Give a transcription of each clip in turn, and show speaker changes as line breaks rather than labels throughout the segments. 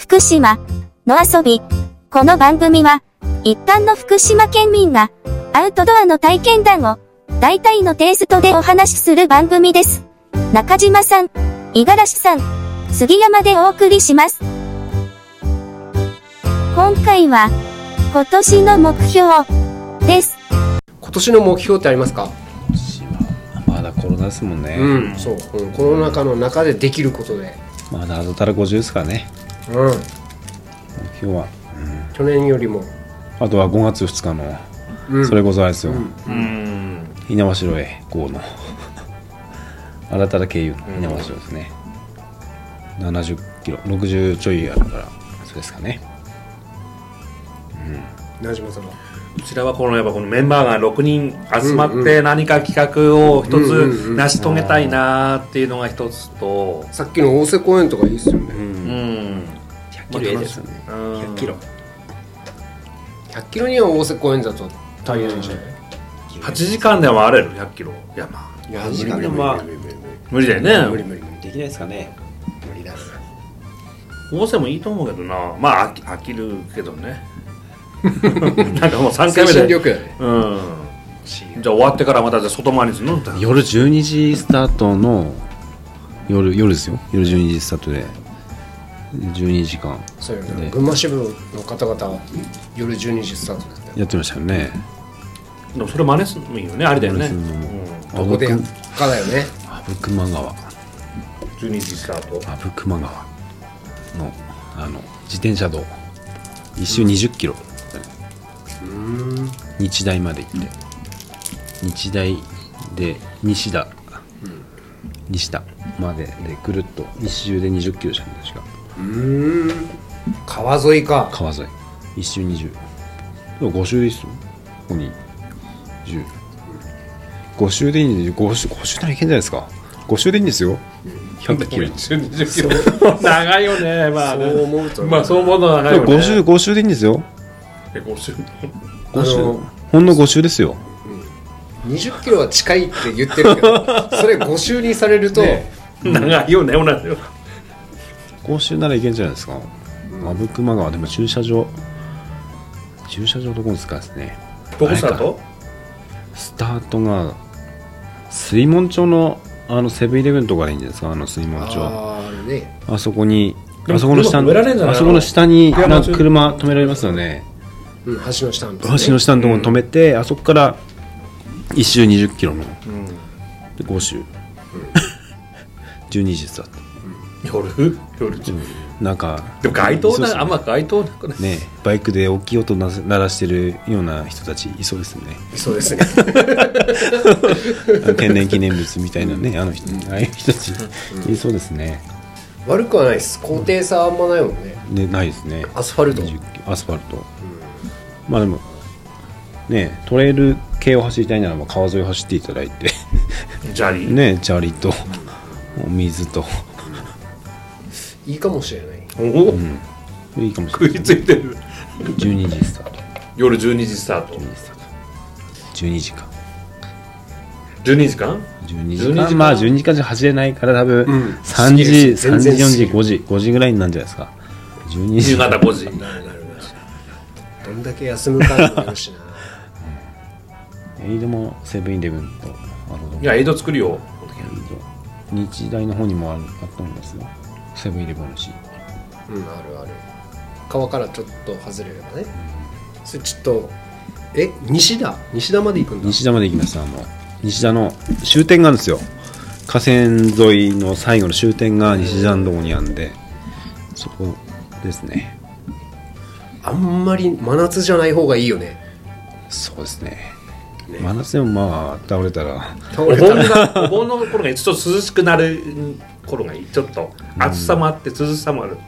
福島の遊び。この番組は、一般の福島県民が、アウトドアの体験談を、大体のテイストでお話しする番組です。中島さん、五十嵐さん、杉山でお送りします。今回は、今年の目標です。
今年の目標ってありますか？
今年はまだコロナですもんね。
そう、コロナ禍の中でできることで。
まだあとたら50ですからね。目標は、
去年よりも。
あとは5月2日の、それこそあれですよ。猪苗代へ行の新たな経由の猪苗代ですね。70キロ、60ちょいあるから、そうですかね。
中島さんは。
こちらはやっぱこのメンバーが6人集まって何か企画を一つ成し遂げたいなっていうのが一つと、
さっきの大瀬公園とかいいっすよね。
100キロですよね。
100キロ。100キロには大瀬公園だと足りないんじゃない
？8時間では回れる100キロ山。
いや、
8時間でも
無理だよね。
無理
できないですかね。
無理だね。
大瀬もいいと思うけどな。まあ飽きるけどね。なんかもう3回目で
精神力だね。
じゃあ終わってからまた外回りするの？
夜12時スタートの夜ですよ。夜12時スタートで12時間
そうよね。群馬支部の方々は夜12時スタートですね。
やってましたよね。
でもそれ真似するのもいいよね。ありだよね。
どこでやっかだよね。
阿武隈川
12時スタート。
阿武隈川の自転車道一周20キロ、日大まで行って、日大で西田まででぐるっと一周で20キロじゃん確か。
川沿いか。
川沿い一周20。でも5周でいいっすよ。ここに10。5周でいいんで5周ならいけんじゃないですか。5周でいいんですよ。100キロ。
20キロ。長いよね。まあね。
そう思うと。
まあそう思うと長いよね。
5周でいいんですよ。
5周。
ほんの5周ですよ。
20キロは近いって言ってるけど、それ5周にされると、
長いよね。同じよ。
5周ならいけんじゃないですか。阿武隈川でも駐車場どこですかですね。
どこスタート？
スタートが水門町のセブンイレブンとかでいいんじゃないですか。水門町。あそこにあそこの下に車止められますよね。
橋の下のと
ころに止めて、あそこから1周20キロの、で5周、12時スタート。
夜
なんか
でも街灯あんま街灯なくない
ね。バイクで大きい音鳴らしてるような人たちいそうですね。
そうですね。
天然記念物みたいなね、ああいう人たちいそうですね。
悪くはないです。高低差あんまないもんね。
ないですね。
アスファルト。
まあでもね、トレイル系を走りたいなら川沿いを走っていただいて
砂利
と水と
いいかもしれない。
いいかもし
れない。食いついてる。
12時スタート。
夜12時スタート。
12時間。
12時間？
まあ12時間じゃ走れないから多分3時4時5時ぐらいになるんじゃないですか。12時。
夕方5時。
どんだけ休むかにもよるしな。
エイドもセブンイレブンと
いやエイド作るよ。
日大の方にもあったと思いますよ。セブンイレブンあるし。
あるある。川からちょっと外れればね。それちょっと西田まで行くんだ。
西田まで行きました。西田の終点があるんですよ。河川沿いの最後の終点が西田のとこにあるんで、そこですね。
あんまり真夏じゃない方がいいよね。
そうですね。真夏でもまあ倒れたら
お盆の頃がちょっと涼しくなる頃がいい。ちょっと暑さもあって涼しさもある。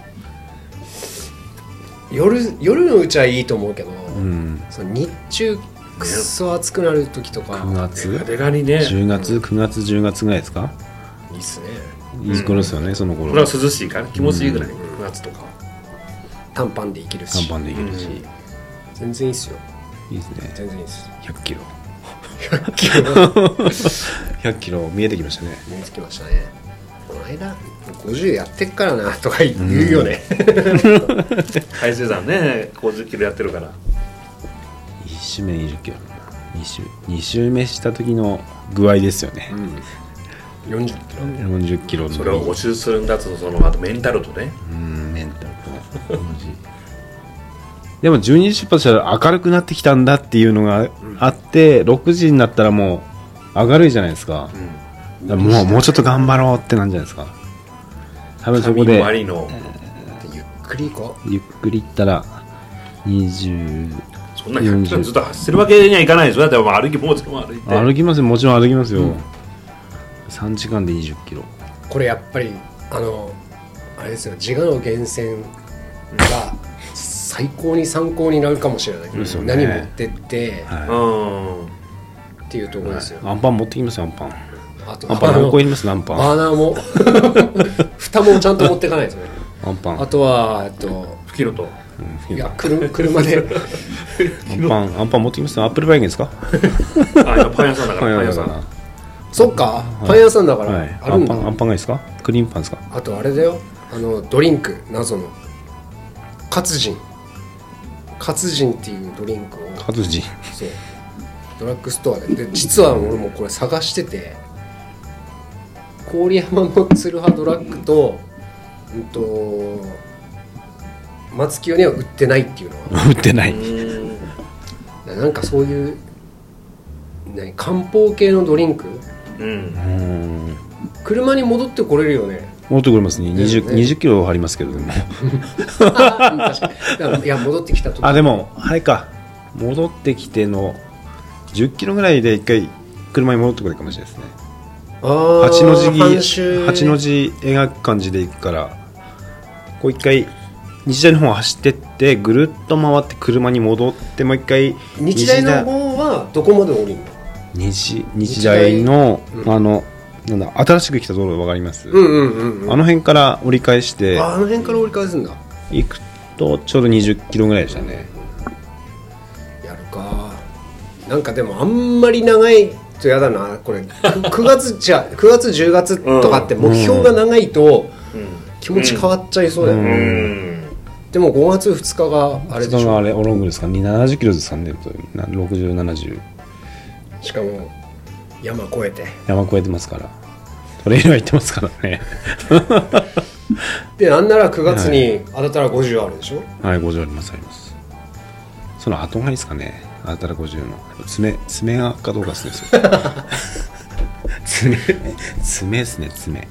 夜のうちはいいと思うけど、その日中くっそ暑くなる時とか
9月
デカにね、
10月9月10月ぐらいですか。
いいっすね。
いい頃ですよね。その頃
これは涼しいから気持ちいいぐらい。9月とか
短パンでいけるし、全然いいっすよ。
いいですね。
全然いいっす。
100キロ
100キロ
100キロ見えてきましたね。
見えてきましたね。 の間50やってっからなとか言うよね、
海星山ね50キロやってるから
1周目20キロ2周目した時の具合ですよね、
40キロ
40キロの
それを5周するんだとそのあとメンタルとね
メンタルとでも12時出発したら明るくなってきたんだっていうのがあって、6時になったらもう明るいじゃないですか、だからもうちょっと頑張ろうってなんじゃないですか。多分そこで
神の
ゆっくり行こ
ゆっくり行ったら20
そんな100キロずっと走ってるわけにはいかないですよ。だって歩きもちろん歩いて
歩きますよ、もちろん歩きますよ、3時間で20キロ。
これやっぱりあれですよ、自我の源泉が最高に参考になるかもしれない、
ですよね、
何持ってって、
は
っていうところですよ、
アンパン持ってきますよ、アンパン
あと
アンパン何個いります？アンパン
バーナーも蓋もちゃんと持っていかないとね。
アンパン
あとは
吹きのと
いや車で
アンパン持ってきます？アップルパインですか？
あパン屋さんだからパン屋さん
そっか、パン屋さんだから、
はい、
あるんだ。
アンパンがいいですか？クリームパンですか？
あとあれだよ、ドリンク、謎の活人っていうドリンクを
カズジ
そうドラッグストアで実は俺もこれ探してて、郡山のツルハドラッグと松清には売ってないっていうのは
売ってない
なんかそういう漢方系のドリンク、車に戻ってこれるよね。
戻ってくれますね。20キロありますけども
確かにいや戻ってきたと
あでもあれか、戻ってきての10キロぐらいで一回車に戻ってくるかもしれないですね。8の字描く感じで行くから、こう一回日大の方を走ってってぐるっと回って車に戻ってもう一回
日大の方はどこまで降りるの？
日大の、なんだ新しく来た道路分かります？あの辺から折り返して、
あの辺から折り返すんだ。
行くとちょうど20キロぐらいでしたね。
やるか。なんかでもあんまり長いとやだなこれ。9月10月とかって目標が長いと気持ち変わっちゃいそうだよね。でも5月2日があれでしょ。
あれオロングですか？70キロですかね。60、70。
しかも山越えてますから、
トレイルは行ってますからね
でなんなら9月にあだたら50あるでしょ。
はい、50ありますその後がいいですかね。あだたら50の爪がかどうかですよ爪ですね。爪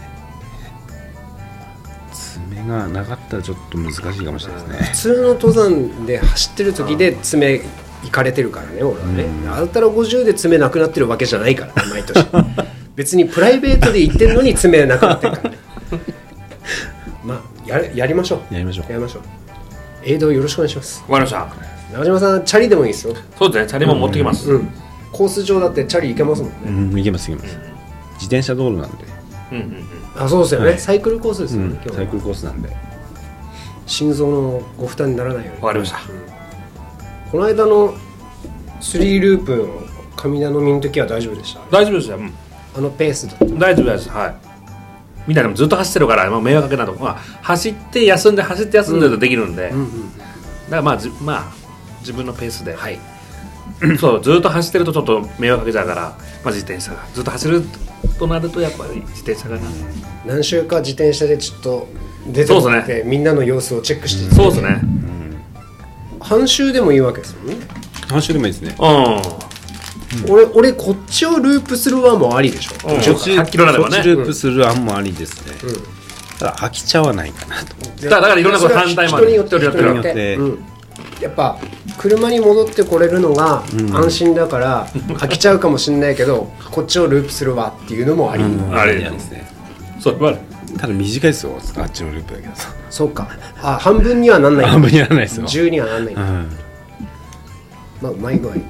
がなかったらちょっと難しいかもしれないですね。
普通の登山で走ってる時で爪行かれてるからね、俺はね。あだたら50で爪なくなってるわけじゃないからね、毎年別にプライベートで行ってるのに爪なくなってるからねまあやりましょう。エイドよろしくお願いします。
わかりました。
中島さんチャリでもいいですよ。
そうですね、チャリも持ってきます、
コース上だってチャリ行けますもんね。
行けます自転車道路なんで、
あ、そうですよね、
はい、
サイクルコースですよね、今日
サイクルコースなんで
心臓のご負担にならないように。
わかりました、
この間の3ループの神頼みの時は大丈夫でした？
大丈夫ですよ、
あのペースだった？
大丈夫です。はい、みんなでもずっと走ってるから、迷惑かけないと、走って休んでとできるんで、だからまあ自分のペースで、はい、そうずっと走ってるとちょっと迷惑かけちゃうから、自転車がずっと走るとなるとやっぱり自転車が
何週か自転車でちょっと出てもらって、みんなの様子をチェックして、
そうですね、
半周でもいいわけですよね。
半周でもいいですね。
俺こっちをループする案もありでしょ。
100キロなればね、
そっちループする案もありですね。ただ飽きちゃわないかなと思って。
だからいろんなこと反対まで
人によってやっぱ車に戻ってこれるのが安心だから飽きちゃうかもしれないけど、こっちをループするわっていうのもあり。
あれですね。そう
ただ短いですよ、あっちのループだけど。
そうか。半分にはなんない。
半分にはなんないですよ。
10にはなんない。うまい具合に。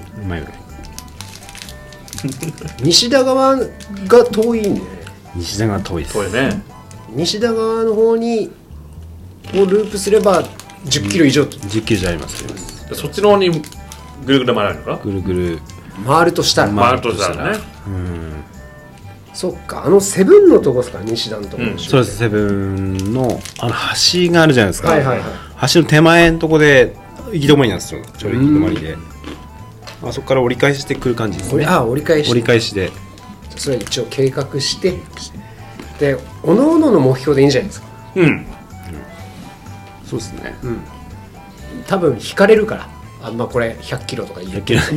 西田川が遠いんでね。
西田川遠いです。
遠いね。
西田川の方にをループすれば10キロ以上と。
10キロじゃありますけど。
そっちの方にぐるぐる回るのか？
ぐるぐる
回るとしたら
ね。
そっか、セブンのとこですか、西段のところ、
そうです。セブンの橋があるじゃないですか、
はいはいはい、
橋の手前のとこで行き止まりなんですよ。ちょうど行き止まりで、そこから折り返してくる感じですね。
折り返し
で
それ一応計画してで、おのおのの目標でいいんじゃないですか。
そうですね。
多分引かれるから、これ100キロとか言うとね、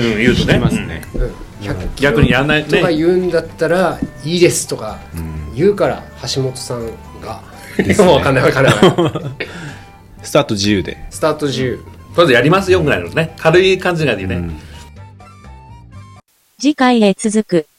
逆にやんないね
とか言うんだったらいいですとか言うから、橋本さんが分かんない
スタート自由で、
スタート自由、
とりあえずやりますよぐらいのね、軽い感じがいいね。
次回へ続く。